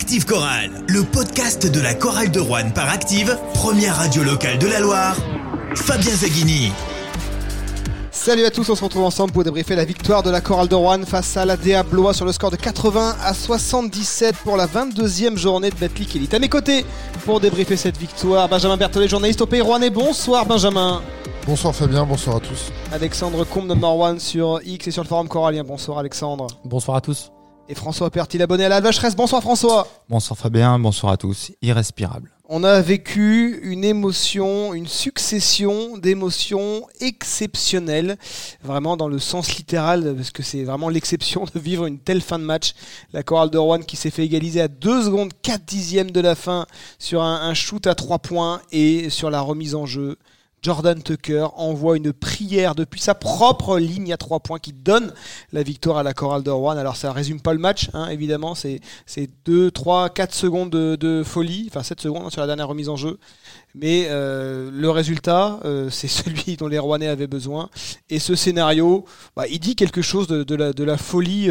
Active Chorale, le podcast de la chorale de Roanne par Active, première radio locale de la Loire. Fabien Zaghini. Salut à tous, on se retrouve ensemble pour débriefer la victoire de la chorale de Roanne face à la DA Blois sur le score de 80-77 pour la 22e journée de Betclic Elite. À mes côtés pour débriefer cette victoire, Benjamin Berthollet, journaliste au Pays Rouennais. Bonsoir Benjamin. Bonsoir Fabien, bonsoir à tous. Alexandre Combe, number one sur X et sur le forum choralien. Bonsoir Alexandre. Bonsoir à tous. Et François Pertil, abonné à la Vacheresse. Bonsoir François. Bonsoir Fabien, bonsoir à tous. Irrespirable. On a vécu une émotion, une succession d'émotions exceptionnelles, vraiment dans le sens littéral, parce que c'est vraiment l'exception de vivre une telle fin de match. La chorale de Roanne qui s'est fait égaliser à 2 secondes 4 dixièmes de la fin sur un shoot à 3 points et sur la remise en jeu. Jordan Tucker envoie une prière depuis sa propre ligne à 3 points qui donne la victoire à la chorale de Roanne. Alors ça résume pas le match, évidemment, c'est 2, 3, 4 secondes de folie, enfin 7 secondes sur la dernière remise en jeu. Mais le résultat, c'est celui dont les Rouennais avaient besoin. Et ce scénario, il dit quelque chose de la folie.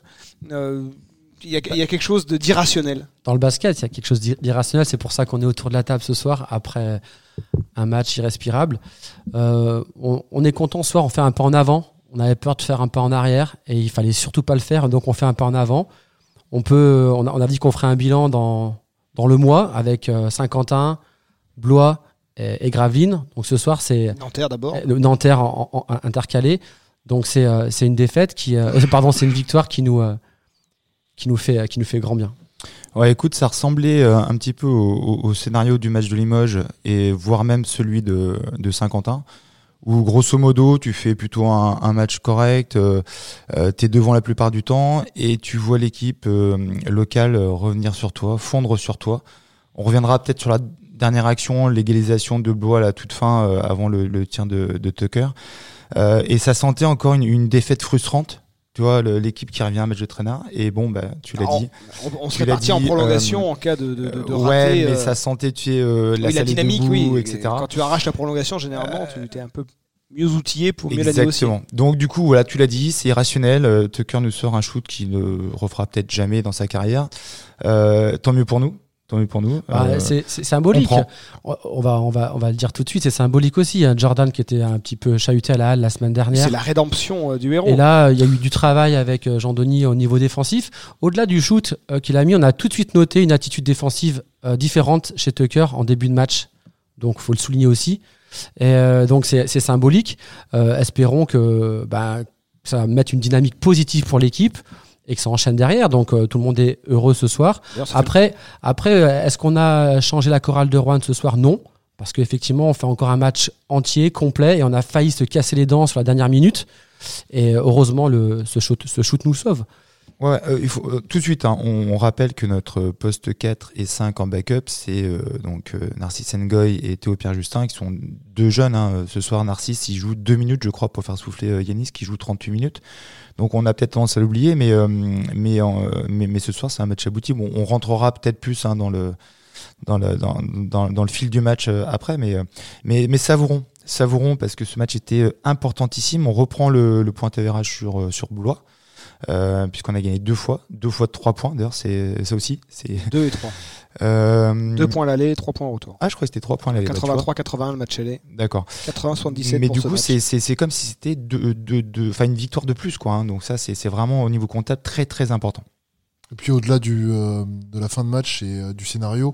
Il y a quelque chose d'irrationnel. Dans le basket, il y a quelque chose d'irrationnel. C'est pour ça qu'on est autour de la table ce soir, après un match irrespirable. On est content ce soir, on fait un pas en avant. On avait peur de faire un pas en arrière et il fallait surtout pas le faire, donc on fait un pas en avant. On a dit qu'on ferait un bilan dans le mois avec Saint-Quentin, Blois et Gravelines. Donc ce soir, c'est Nanterre d'abord. Nanterre en intercalé. Donc c'est une défaite c'est une victoire qui nous fait grand bien. Ouais, écoute, ça ressemblait un petit peu au scénario du match de Limoges et voire même celui de Saint-Quentin, où grosso modo tu fais plutôt un match correct, t'es devant la plupart du temps et tu vois l'équipe locale revenir sur toi, fondre sur toi. On reviendra peut-être sur la dernière action, l'égalisation de Blois à la toute fin avant le tir de Tucker. Et ça sentait encore une défaite frustrante. Tu vois, l'équipe qui revient à un match de traîneur. Et bon, tu l'as dit. On serait parti en prolongation en cas de raté. Ouais, mais ça sentait la dynamique, debout, etc. Quand tu arraches la prolongation, généralement, tu es un peu mieux outillé pour mieux la négocier. Exactement. Donc du coup, voilà, tu l'as dit, c'est irrationnel. Tucker nous sort un shoot qu'il ne refera peut-être jamais dans sa carrière. Tant mieux pour nous. C'est symbolique. On va le dire tout de suite. C'est symbolique aussi. Jordan qui était un petit peu chahuté à la halle la semaine dernière. C'est la rédemption du héros. Et là, il y a eu du travail avec Jean-Denis au niveau défensif. Au-delà du shoot qu'il a mis, on a tout de suite noté une attitude défensive différente chez Tucker en début de match. Donc, faut le souligner aussi. Et donc, c'est symbolique. Espérons que ça va mettre une dynamique positive pour l'équipe et que ça enchaîne derrière, donc tout le monde est heureux ce soir. Après, est-ce qu'on a changé la chorale de Roanne ce soir ? Non, parce qu'effectivement on fait encore un match entier, complet, et on a failli se casser les dents sur la dernière minute, et heureusement ce shoot nous sauve. Ouais, il faut tout de suite, on rappelle que notre poste 4 et 5 en backup, c'est Narcisse Ngoy et Théo-Pierre Justin, qui sont 2 jeunes. Ce soir, Narcisse, il joue 2 minutes, je crois, pour faire souffler Yanis, qui joue 38 minutes. Donc on a peut-être tendance à l'oublier, mais ce soir, c'est un match abouti. Bon, on rentrera peut-être plus dans le fil du match après, mais savourons parce que ce match était importantissime. On reprend le point d'avérage sur Blois. Puisqu'on a gagné 2 fois de 3 points. D'ailleurs, c'est ça aussi. C'est 2 et 3. 2 points l'aller, 3 points au retour. Ah, je crois que c'était 3 points l'aller. 83-81 le match aller. D'accord. 80-77. Mais pour du ce coup, match. c'est comme si c'était une victoire de plus, quoi. Donc ça, c'est vraiment au niveau comptable très très important. Et puis au-delà de la fin de match et du scénario,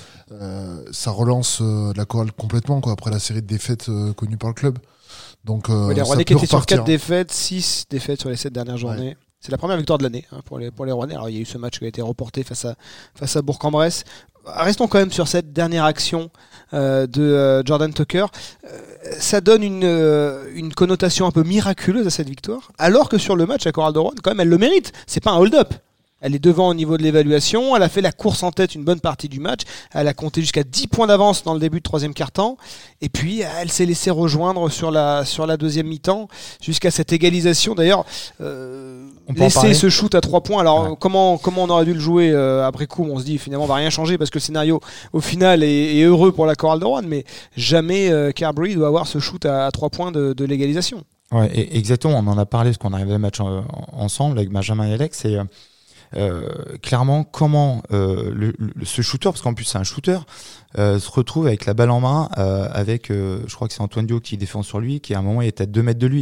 ça relance la chorale complètement, quoi, après la série de défaites connues par le club. Donc les Rouennais qui étaient sur 4 défaites, 6 défaites sur les 7 dernières journées. Ouais. C'est la première victoire de l'année pour les Rouennais. Alors il y a eu ce match qui a été reporté face à Bourg-en-Bresse. Restons quand même sur cette dernière action de Jordan Tucker. Ça donne une connotation un peu miraculeuse à cette victoire, alors que sur le match, la chorale de Roanne, quand même, elle le mérite. C'est pas un hold-up. Elle est devant au niveau de l'évaluation, elle a fait la course en tête une bonne partie du match, elle a compté jusqu'à 10 points d'avance dans le début de 3e quart-temps, et puis elle s'est laissée rejoindre sur la deuxième mi-temps, jusqu'à cette égalisation. D'ailleurs, laisser ce shoot à 3 points, alors comment on aurait dû le jouer après coup, on se dit finalement on va rien changer, parce que le scénario au final est heureux pour la chorale de Roanne, mais jamais Carberry doit avoir ce shoot à 3 points de l'égalisation. Ouais, exactement, on en a parlé parce qu'on arrivait au match ensemble avec Benjamin et Alex, et clairement comment ce shooter, parce qu'en plus c'est un shooter, se retrouve avec la balle en main, avec je crois que c'est Antoine Dio qui défend sur lui, qui à un moment est à 2 mètres de lui.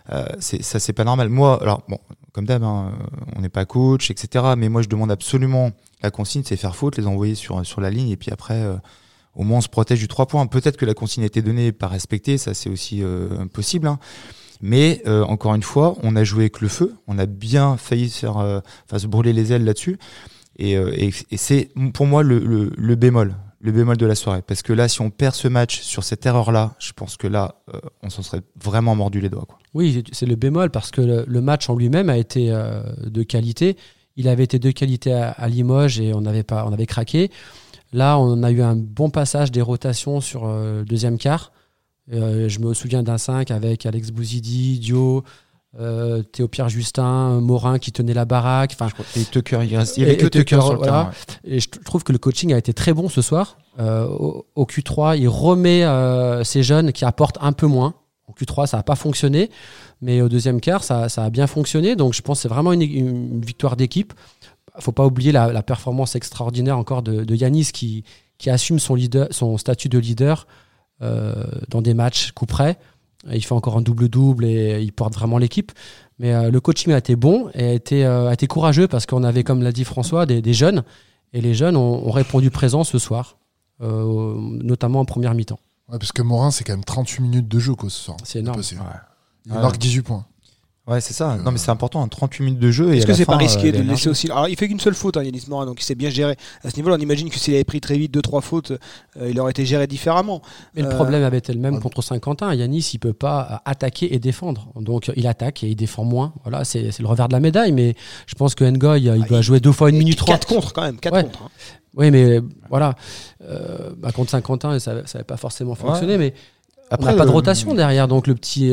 C'est pas normal. Moi, alors bon, comme d'hab, on n'est pas coach, etc. Mais moi je demande absolument la consigne, c'est faire faute, les envoyer sur la ligne, et puis après au moins on se protège du 3 points. Peut-être que la consigne a été donnée, pas respectée, ça c'est aussi possible, hein. Mais encore une fois, on a joué avec le feu, on a bien failli se brûler les ailes là-dessus, et c'est pour moi le bémol de la soirée, parce que là, si on perd ce match sur cette erreur-là, je pense que là, on s'en serait vraiment mordu les doigts, quoi. Oui, c'est le bémol, parce que le match en lui-même a été de qualité. Il avait été de qualité à Limoges et on avait craqué. Là, on a eu un bon passage des rotations sur le deuxième quart. Je me souviens d'un 5 avec Alex Bouzidi, Dio, Théo-Pierre Justin, Morin qui tenait la baraque. Enfin, et Tucker, il y avait que Tucker sur le terrain. Et je trouve que le coaching a été très bon ce soir. Au Q3, il remet ces jeunes qui apportent un peu moins. Au Q3, ça n'a pas fonctionné, mais au deuxième quart, ça a bien fonctionné. Donc, je pense que c'est vraiment une victoire d'équipe. Il ne faut pas oublier la performance extraordinaire encore de Yanis qui assume son statut de leader dans des matchs coup près. Il fait encore un double-double et il porte vraiment l'équipe. Mais le coaching a été bon et a été courageux, parce qu'on avait, comme l'a dit François, des jeunes. Et les jeunes ont répondu présent ce soir, notamment en première mi-temps. Ouais, parce que Morin, c'est quand même 38 minutes de jeu, quoi, ce soir. C'est énorme. Il marque 18 points. Ouais, c'est ça. Non, mais c'est important, 38 minutes de jeu. Est-ce que c'est pas risqué de le laisser aussi? Alors, il fait qu'une seule faute, Yanis Morin, donc il s'est bien géré. À ce niveau-là, on imagine que s'il avait pris très vite 2-3 fautes, il aurait été géré différemment. Mais le problème avait été le même contre Saint-Quentin. Yanis, il peut pas attaquer et défendre. Donc, il attaque et il défend moins. Voilà, c'est le revers de la médaille. Mais je pense que Ngoy, il doit jouer 2 fois 1 minute 30. 4 contre, quand même. 4 contre. Hein. Oui, mais voilà. Contre Saint-Quentin, ça n'avait pas forcément fonctionné. Ouais. Mais après, on n'a pas de rotation derrière, donc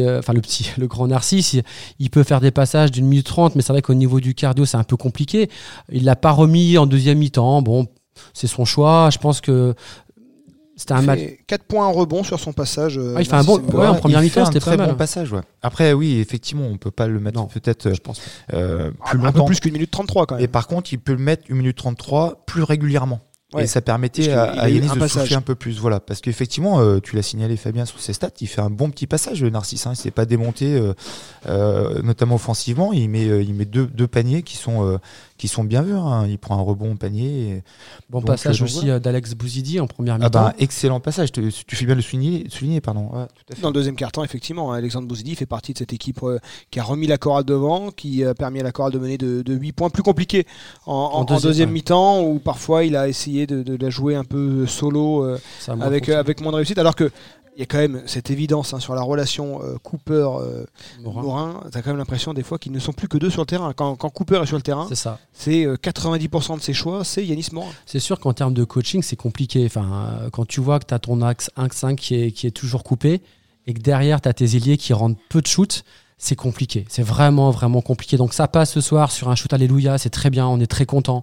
le grand Narcisse, il peut faire des passages d'1 minute 30, mais c'est vrai qu'au niveau du cardio, c'est un peu compliqué. Il l'a pas remis en deuxième mi-temps. Bon, c'est son choix. Je pense que c'était un match. 4 points en rebond sur son passage. Il fait un bon. Ouais, en première mi-temps, c'était pas mal. Bon passage, ouais. Après, oui, effectivement, on peut pas le mettre peut-être je pense plus longtemps. Un peu plus qu'1 minute 33 quand même. Et par contre, il peut le mettre 1 minute 33 plus régulièrement. Ouais. Et ça permettait à Yanis de souffler un peu plus. Voilà. Parce qu'effectivement, tu l'as signalé, Fabien, sur ses stats, il fait un bon petit passage, le Narcisse. Hein. Il ne s'est pas démonté, notamment offensivement. Il met deux paniers qui sont bien vus. Hein. Il prend un rebond panier. Bon donc, passage aussi d'Alex Bouzidi en première mi-temps. Excellent passage. Tu fais bien de le souligner pardon. Ouais, tout à fait. Dans le deuxième quart-temps, effectivement, Alexandre Bouzidi fait partie de cette équipe qui a remis la chorale devant, qui a permis à la chorale de mener de 8 points. Plus compliqué en deuxième mi-temps, où parfois il a essayé de la jouer un peu solo avec moins de réussite, alors que il y a quand même cette évidence sur la relation Cooper-Morin. Tu as quand même l'impression des fois qu'ils ne sont plus que deux sur le terrain. Quand Cooper est sur le terrain, c'est 90% de ses choix, c'est Yanis Morin. C'est sûr qu'en termes de coaching, c'est compliqué. Quand tu vois que tu as ton axe 1-5 qui est toujours coupé et que derrière tu as tes ailiers qui rendent peu de shoots, c'est compliqué. C'est vraiment, vraiment compliqué. Donc ça passe ce soir sur un shoot alléluia, c'est très bien, on est très content.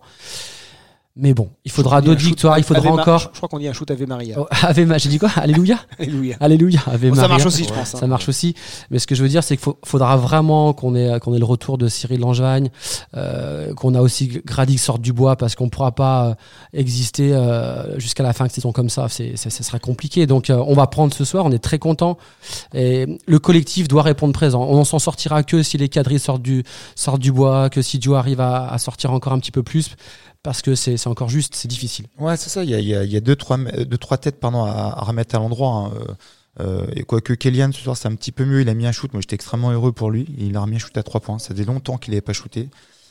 Mais bon, il faudra d'autres victoires, il faudra encore. Je crois qu'on dit un shoot Ave Maria. J'ai dit quoi? Alléluia. Alléluia. Ave Maria. Ça marche aussi, je pense. Ça marche aussi. Mais ce que je veux dire, c'est qu'il faudra vraiment qu'on ait le retour de Cyril Langevin, qu'on a aussi Grady qui sorte du bois, parce qu'on ne pourra pas exister jusqu'à la fin de saison comme ça. Ça sera compliqué. Donc, on va prendre ce soir. On est très contents. Et le collectif doit répondre présent. On n'en s'en sortira que si les cadres sortent du bois, que si Joe arrive à sortir encore un petit peu plus. Parce que c'est encore juste, c'est difficile. Ouais, c'est ça. Il y a deux, trois têtes à remettre à l'endroit. Et quoique Kellyan, ce soir, c'est un petit peu mieux. Il a mis un shoot. Moi, j'étais extrêmement heureux pour lui. Il a remis un shoot à 3 points. Ça faisait longtemps qu'il n'avait pas shooté.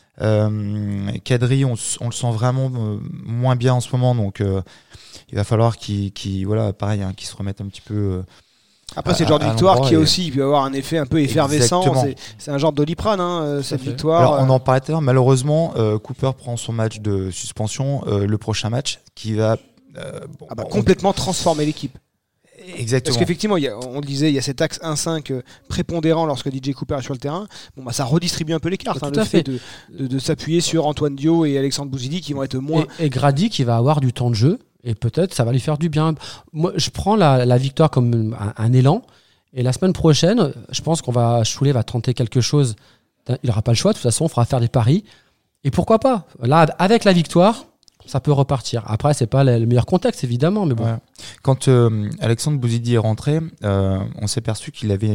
Kadri, on le sent vraiment moins bien en ce moment. Donc, il va falloir qu'il se remette un petit peu. Après, c'est le genre de victoire qui aussi peut avoir un effet un peu effervescent. C'est un genre d'Oliprane, cette victoire. Alors, on en parlait tout à l'heure. Malheureusement, Cooper prend son match de suspension, le prochain match, qui va complètement transformer l'équipe. Exactement. Parce qu'effectivement, on le disait, il y a cet axe 1-5 prépondérant lorsque DJ Cooper est sur le terrain. Ça redistribue un peu les cartes. Le fait de s'appuyer sur Antoine Dio et Alexandre Bouzidi qui vont être moins. Et Grady qui va avoir du temps de jeu. Et peut-être ça va lui faire du bien. Moi, je prends la victoire comme un élan. Et la semaine prochaine, je pense Choulé va tenter quelque chose. Il n'aura pas le choix. De toute façon, on fera faire des paris. Et pourquoi pas ? Là, avec la victoire, ça peut repartir. Après, c'est pas le meilleur contexte, évidemment, mais bon. Ouais. Quand Alexandre Bouzidi est rentré, on s'est perçu qu'il avait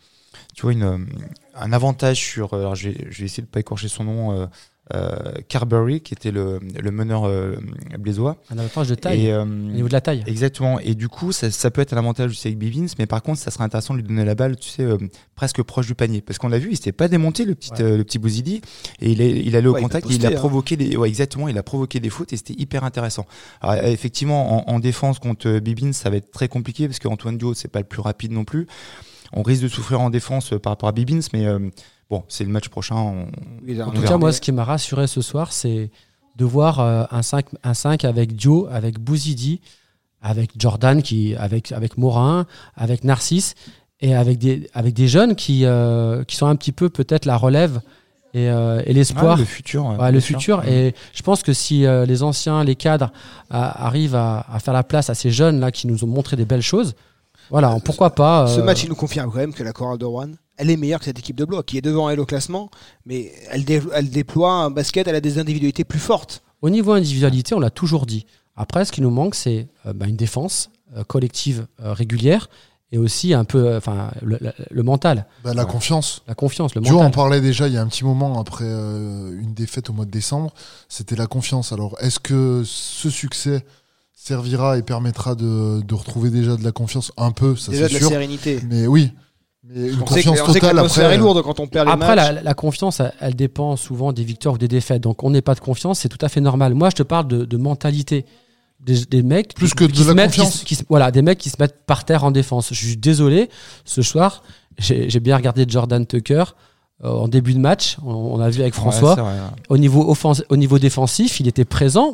un avantage sur. Alors, je vais essayer de pas écorcher son nom. Carberry, qui était le meneur blésois. Un avantage de taille, au niveau de la taille. Exactement. Et du coup, ça peut être un avantage aussi avec Bivins, mais par contre, ça serait intéressant de lui donner la balle, tu sais, presque proche du panier. Parce qu'on l'a vu, il s'était pas démonté, le petit Bouzidi, et il allait au contact, il a provoqué il a provoqué des fautes, et c'était hyper intéressant. Alors, effectivement, en défense contre Bivins, ça va être très compliqué, parce qu'Antoine Dio, c'est pas le plus rapide non plus. On risque de souffrir en défense par rapport à Bivins, mais bon, c'est le match prochain. En tout cas, moi, ce qui m'a rassuré ce soir, c'est de voir un 5 avec Dio, avec Bouzidi, avec Jordan, avec Morin, avec Narcisse, et avec des jeunes qui sont un petit peu peut-être la relève et l'espoir. Le futur. Le futur. Et je pense que si les anciens, les cadres arrivent à faire la place à ces jeunes-là qui nous ont montré des belles choses, voilà, pourquoi pas. Ce match, il nous confirme quand même que la Chorale de Rouen, elle est meilleure que cette équipe de Blois, qui est devant elle au classement, mais elle déploie un basket, elle a des individualités plus fortes. Au niveau individualité, on l'a toujours dit. Après, ce qui nous manque, c'est une défense collective régulière et aussi un peu le mental. La confiance. La confiance, le mental. mental. On parlait déjà il y a un petit moment après une défaite au mois de décembre, c'était la confiance. Alors, est-ce que ce succès servira et permettra de retrouver déjà de la confiance un peu, ça déjà c'est de sûr. La sérénité. Mais oui. Mais une confiance on sait que totale l'atmosphère est lourde quand on perd les matchs. Après, la confiance, elle dépend souvent des victoires ou des défaites. Donc, on n'est pas de confiance, c'est tout à fait normal. Moi, je te parle de mentalité. Des mecs plus que de la confiance. Des mecs qui se mettent par terre en défense. Je suis désolé, ce soir, j'ai bien regardé Jordan Tucker en début de match. On a vu avec François. Ouais, au niveau défensif, il était présent.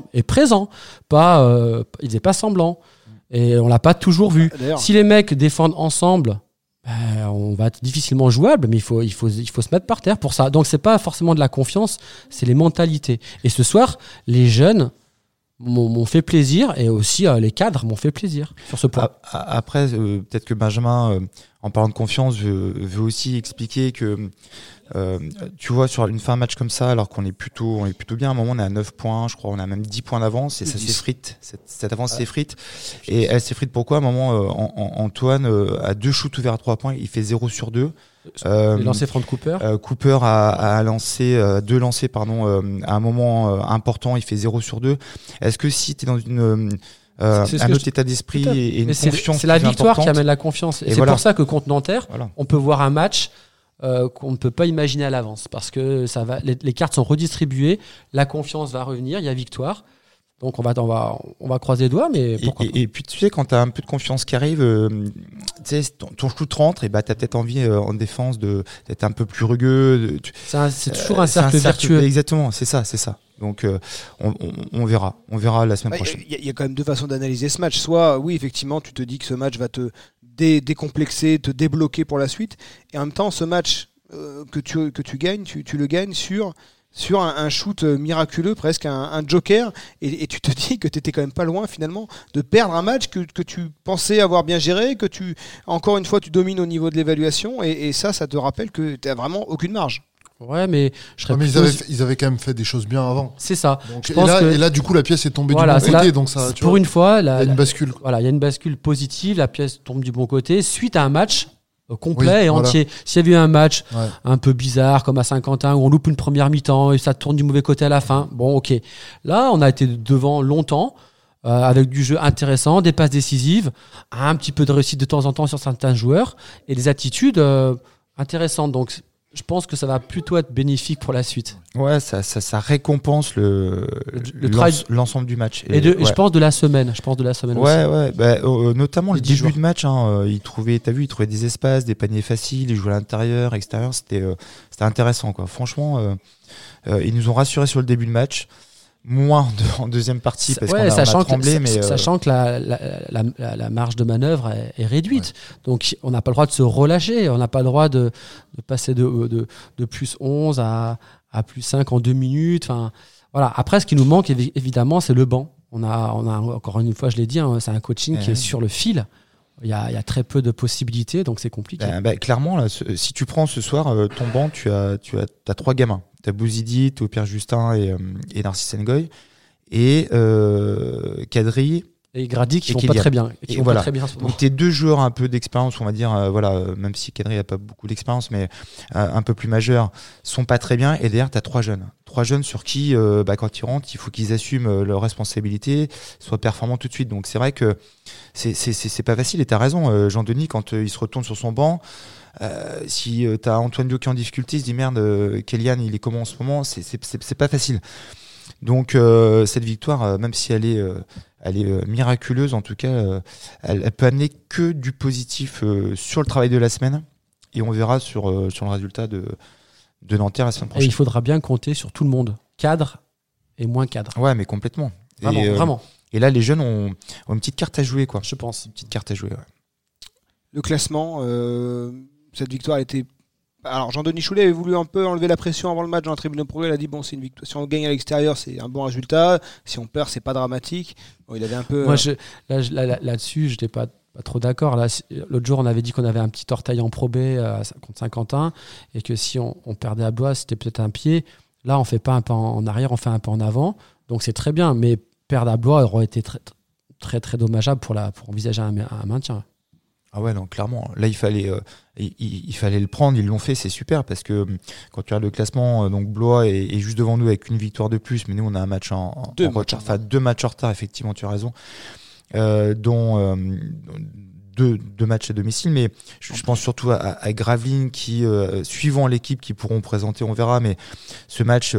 Il faisait pas semblant. Et on l'a pas toujours vu. D'ailleurs. Si les mecs défendent ensemble, on va être difficilement jouable, mais il faut se mettre par terre pour ça. Donc c'est pas forcément de la confiance, c'est les mentalités. Et ce soir, les jeunes m'ont fait plaisir, et aussi les cadres m'ont fait plaisir sur ce point. Après, peut-être que Benjamin, en parlant de confiance, veut aussi expliquer que tu vois, sur une fin de match comme ça, alors qu'on est plutôt bien, à un moment on est à 9 points, je crois, on a même 10 points d'avance, et ça s'effrite, cette avance s'effrite, et elle s'effrite pourquoi ? À un moment, Antoine a 2 shoots ouverts à 3 points, il fait 0 sur 2. Lancé Frank Cooper. Cooper a lancé 2 lancers, à un moment important, il fait 0 sur 2. Est-ce que si tu es dans un autre état d'esprit et une confiance, c'est la victoire qui amène la confiance, et c'est pour ça que contre Nanterre, on peut voir un match qu'on ne peut pas imaginer à l'avance, parce que les cartes sont redistribuées, la confiance va revenir, il y a victoire. Donc on va croiser les doigts, mais pourquoi pas. Et puis tu sais, quand tu as un peu de confiance qui arrive, tu sais, ton shoot rentre, et tu as peut-être envie en défense d'être un peu plus rugueux. C'est toujours un cercle vertueux. Exactement, c'est ça. Donc on verra la semaine prochaine. Il y a quand même 2 façons d'analyser ce match. Soit, oui, effectivement, tu te dis que ce match va te décomplexer, te débloquer pour la suite, et en même temps, ce match que tu gagnes, tu le gagnes sur un shoot miraculeux, presque un joker, et tu te dis que tu étais quand même pas loin finalement de perdre un match que tu pensais avoir bien géré, que encore une fois tu domines au niveau de l'évaluation, et ça te rappelle que tu n'as vraiment aucune marge. Ouais, mais ils avaient quand même fait des choses bien avant. C'est ça. Donc, et là, du coup, la pièce est tombée du bon côté. Donc ça, pour une fois, il y a une bascule. Voilà, il y a une bascule positive. La pièce tombe du bon côté suite à un match complet et entier. S'il y avait eu un match un peu bizarre comme à Saint-Quentin où on loupe une première mi-temps et ça tourne du mauvais côté à la fin, bon, ok. Là, on a été devant longtemps avec du jeu intéressant, des passes décisives, un petit peu de réussite de temps en temps sur certains joueurs et des attitudes intéressantes. Donc je pense que ça va plutôt être bénéfique pour la suite. Ouais, ça récompense l'ensemble du match. Et je pense de la semaine. Ouais. Notamment le début de match, il trouvait des espaces, des paniers faciles, il jouait à l'intérieur, extérieur. C'était intéressant, quoi. Franchement, ils nous ont rassurés sur le début de match. Moins en deuxième partie parce qu'on a tremblé, mais sachant que la marge de manœuvre est réduite, donc on n'a pas le droit de se relâcher, on n'a pas le droit de passer de plus 11 à plus 5 en 2 minutes. Enfin, voilà. Après, ce qui nous manque évidemment, c'est le banc. On a encore une fois, je l'ai dit, c'est un coaching qui est sur le fil. Il y a très peu de possibilités, donc c'est compliqué. Clairement, là, si tu prends ce soir ton banc, tu as 3 gamins. Tu as Bouzidi, Taupierre Justin et Narcisse Ngoy. Et Kadri. Et Grady qui vont pas très bien. Et voilà. Donc tes 2 joueurs un peu d'expérience, on va dire, même si Kadri n'a pas beaucoup d'expérience, mais un peu plus majeurs, sont pas très bien. Et derrière, tu as 3 jeunes. 3 jeunes sur qui, quand ils rentrent, il faut qu'ils assument leurs responsabilités, soient performants tout de suite. Donc c'est vrai que c'est pas facile. Et tu as raison, Jean-Denis, quand il se retourne sur son banc, si tu as Antoine Dio qui est en difficulté, il se dit merde, Kélian, il est comment en ce moment, c'est pas facile. Donc cette victoire, même si elle est miraculeuse, en tout cas, elle peut amener que du positif sur le travail de la semaine, et on verra sur le résultat de Nanterre la semaine prochaine. Et il faudra bien compter sur tout le monde, cadre et moins cadre. Ouais, mais complètement. Vraiment. Et là, les jeunes ont une petite carte à jouer, quoi. Je pense. Une petite carte à jouer, ouais. Le classement, cette victoire était. Alors Jean-Denis Choulet avait voulu un peu enlever la pression avant le match dans la tribune de progrès. Il a dit bon, c'est une victoire. Si on gagne à l'extérieur, c'est un bon résultat. Si on perd, c'est pas dramatique. Bon, il avait un peu. Moi, là-dessus, je n'étais pas trop d'accord. Là, l'autre jour, on avait dit qu'on avait un petit orteil en Pro B contre Saint-Quentin et que si on perdait à Blois, c'était peut-être un pied. Là, on fait pas un pas en arrière, on fait un pas en avant. Donc c'est très bien. Mais perdre à Blois aurait été très, très, très dommageable pour envisager un maintien. Ah ouais, donc clairement, là il fallait le prendre, ils l'ont fait, c'est super parce que quand tu regardes le classement, donc Blois est juste devant nous avec une victoire de plus, mais nous on a un match deux matchs en retard, effectivement, tu as raison, dont deux matchs à domicile, mais je pense surtout à Gravelines qui, suivant l'équipe qui pourront présenter, on verra, mais ce match,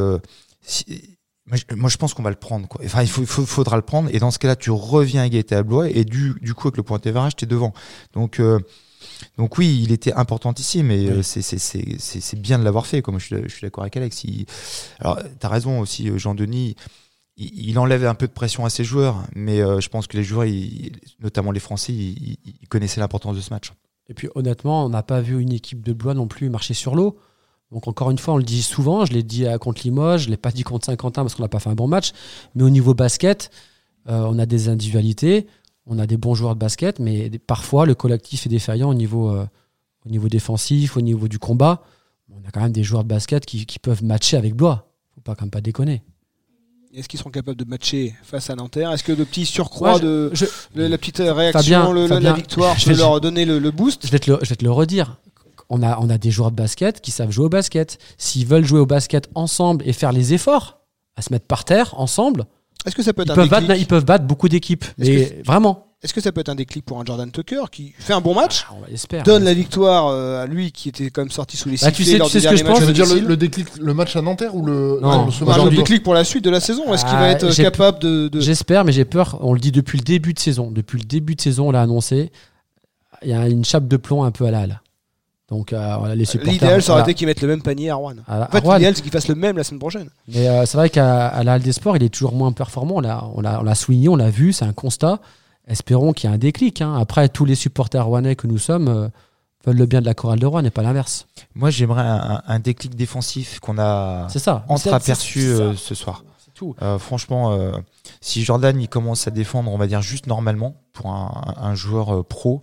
moi je pense qu'on va le prendre, quoi. Enfin, il faudra le prendre, et dans ce cas-là tu reviens à égalité à Blois, et du coup avec le point d'avérage t'es devant, donc oui, il était importantissime, mais oui. C'est bien de l'avoir fait, quoi. Moi je suis d'accord avec Alex. Alors t'as raison aussi, Jean-Denis, il enlève un peu de pression à ses joueurs, mais je pense que les joueurs, notamment les Français, ils connaissaient l'importance de ce match. Et puis honnêtement, on n'a pas vu une équipe de Blois non plus marcher sur l'eau. Donc encore une fois, on le dit souvent, je l'ai dit contre Limoges, je ne l'ai pas dit contre Saint-Quentin parce qu'on n'a pas fait un bon match, mais au niveau basket, on a des individualités, on a des bons joueurs de basket, mais parfois le collectif est défaillant au niveau défensif, au niveau du combat. On a quand même des joueurs de basket qui peuvent matcher avec Blois, il ne faut quand même pas déconner. Est-ce qu'ils seront capables de matcher face à Nanterre ? Est-ce que le petit surcroît la petite réaction, Fabien, la victoire peut leur donner le boost ? Je vais te le redire. On a des joueurs de basket qui savent jouer au basket. S'ils veulent jouer au basket ensemble et faire les efforts à se mettre par terre ensemble, est-ce que ça peut être ils peuvent battre beaucoup d'équipes. Vraiment. Est-ce que ça peut être un déclic pour un Jordan Tucker qui fait un bon match, on l'espère, donne la victoire à lui qui était quand même sorti sous les sifflets lors du dernier match. Tu veux dire le déclic, le match à Nanterre ou le déclic pour la suite de la saison ? Est-ce qu'il va être capable de... J'espère, mais j'ai peur. On le dit depuis le début de saison. Depuis le début de saison, on l'a annoncé. Il y a une chape de plomb un peu à la halle. Donc les supporters. L'idéal, ça aurait été qu'ils mettent le même panier à Rouen. En fait, l'idéal, c'est qu'ils fassent le même la semaine prochaine. Mais c'est vrai qu'à la Halle des Sports, il est toujours moins performant. On l'a souligné, on l'a vu, c'est un constat. Espérons qu'il y ait un déclic. Après, tous les supporters rouennais que nous sommes veulent le bien de la chorale de Rouen et pas l'inverse. Moi, j'aimerais un déclic défensif qu'on a entreaperçu ce soir. C'est tout. Franchement, si Jordan il commence à défendre, on va dire juste normalement, pour un joueur pro,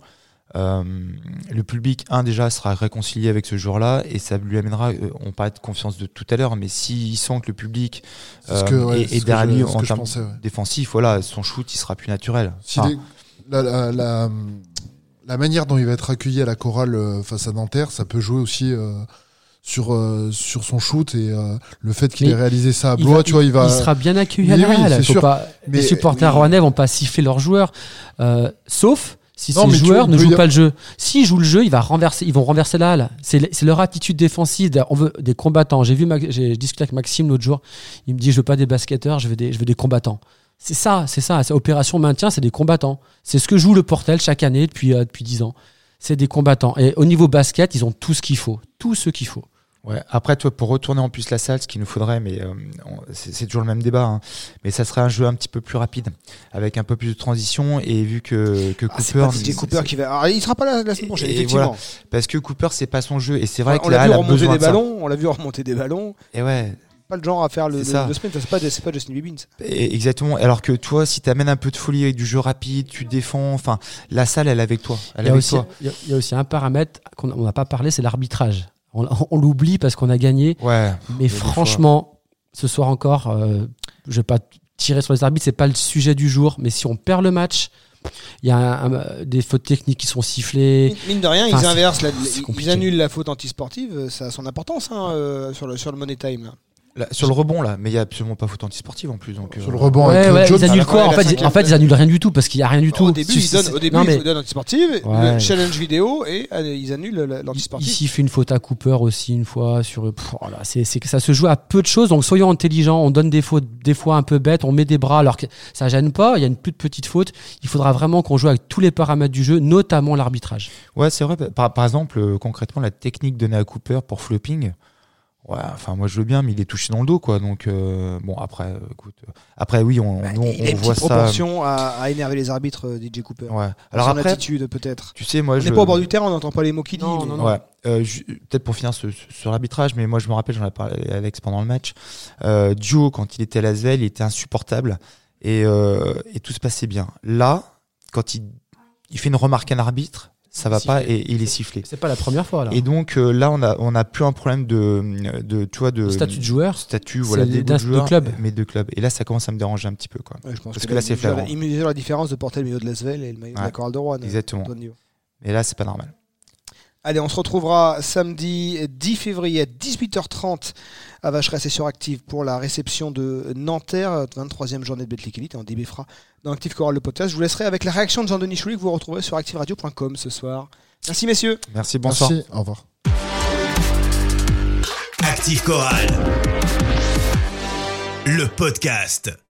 le public déjà sera réconcilié avec ce joueur-là et ça lui amènera, on parlait de confiance de tout à l'heure, mais s'il sent que le public est derrière lui en termes défensifs, voilà, son shoot il sera plus naturel. La manière dont il va être accueilli à la chorale face à Nanterre, ça peut jouer aussi sur son shoot et le fait qu'il ait réalisé ça à Blois, il sera bien accueilli à la halle. Les supporters rouennais vont pas siffler leurs joueurs, sauf si ces joueurs ne jouent pas le jeu. S'ils jouent le jeu, ils vont renverser la halle. C'est leur attitude défensive. On veut des combattants. J'ai discuté avec Maxime l'autre jour. Il me dit, je veux pas des basketteurs, je veux des combattants. C'est ça. C'est opération maintien, c'est des combattants. C'est ce que joue le Portel chaque année depuis 10 ans. C'est des combattants. Et au niveau basket, ils ont tout ce qu'il faut. Tout ce qu'il faut. Ouais. Après, toi, pour retourner en plus la salle, ce qu'il nous faudrait, mais c'est toujours le même débat, mais ça serait un jeu un petit peu plus rapide, avec un peu plus de transition, et vu que Cooper... C'est Cooper qui va... Alors, il sera pas là la semaine prochaine, effectivement. Parce que Cooper, c'est pas son jeu, et c'est vrai que on l'a vu remonter des ballons, Et ouais... pas le genre à faire le C'est ça. sprint, c'est pas Justin Bibbins. Exactement. Alors que toi, si tu amènes un peu de folie avec du jeu rapide, tu défends. Enfin, la salle, elle est avec toi. Il y a aussi un paramètre qu'on n'a pas parlé, c'est l'arbitrage. On l'oublie parce qu'on a gagné. Ouais. Mais franchement, ce soir encore, je vais pas tirer sur les arbitres, c'est pas le sujet du jour. Mais si on perd le match, il y a des fautes techniques qui sont sifflées. Mine de rien, ils inversent, ils compliqué. annulent la faute antisportive. Ça a son importance sur le money time. Là. Sur le rebond, là. Mais il n'y a absolument pas faute antisportive en plus. Donc, Sur le rebond avec Claude Jones. Ils annulent quoi? la cinquième En fait, ils annulent rien du tout parce qu'il n'y a rien du tout. Au début, ils donnent antisportive, Ouais. le challenge vidéo et ils annulent l'antisportive. Ici, il fait une faute à Cooper aussi une fois c'est que ça se joue à peu de choses. Donc soyons intelligents. On donne des fautes des fois un peu bêtes. On met des bras alors que ça gêne pas. Il y a une toute petite faute. Il faudra vraiment qu'on joue avec tous les paramètres du jeu, notamment l'arbitrage. Ouais, c'est vrai. Par exemple, concrètement, la technique donnée à Cooper pour flopping. Ouais, enfin moi je veux bien, mais il est touché dans le dos, quoi. Donc bon, après, écoute, après oui, on il a voit une petite ça. proportion à énerver les arbitres, DJ Cooper. Ouais. Alors Alors son après, attitude peut-être. tu sais, moi On n'est pas au bord du terrain, on n'entend pas les mots qu'il dit. Non. Ouais. Peut-être pour finir sur l'arbitrage, mais moi je me rappelle, j'en ai parlé avec Alex pendant le match. Dio, quand il était à l'Asvel, il était insupportable et tout se passait bien. Là, quand il fait une remarque à un arbitre, ça va pas et il est sifflé. C'est pas la première fois là. Et donc là, on a plus un problème de Statut de joueur. statut, voilà, C'est de joueur, de club. mais de club. Et là, ça commence à me déranger un petit peu, quoi. Ouais, je pense Parce que là, c'est flagrant. Il mesure la différence de porter le maillot de l'Asvel et le maillot de la Chorale de Rouen. Exactement. Antonio. Et là, c'est pas normal. Allez, on se retrouvera samedi 10 février à 18h30 à Vacheresse et sur Active pour la réception de Nanterre, 23e journée de Betclic Elite, et on débriefera dans Active Chorale le podcast. Je vous laisserai avec la réaction de Jean-Denis Chouly que vous retrouverez sur activeradio.com ce soir. Merci messieurs. Merci, bonsoir. Merci, au revoir. Active Chorale, le podcast.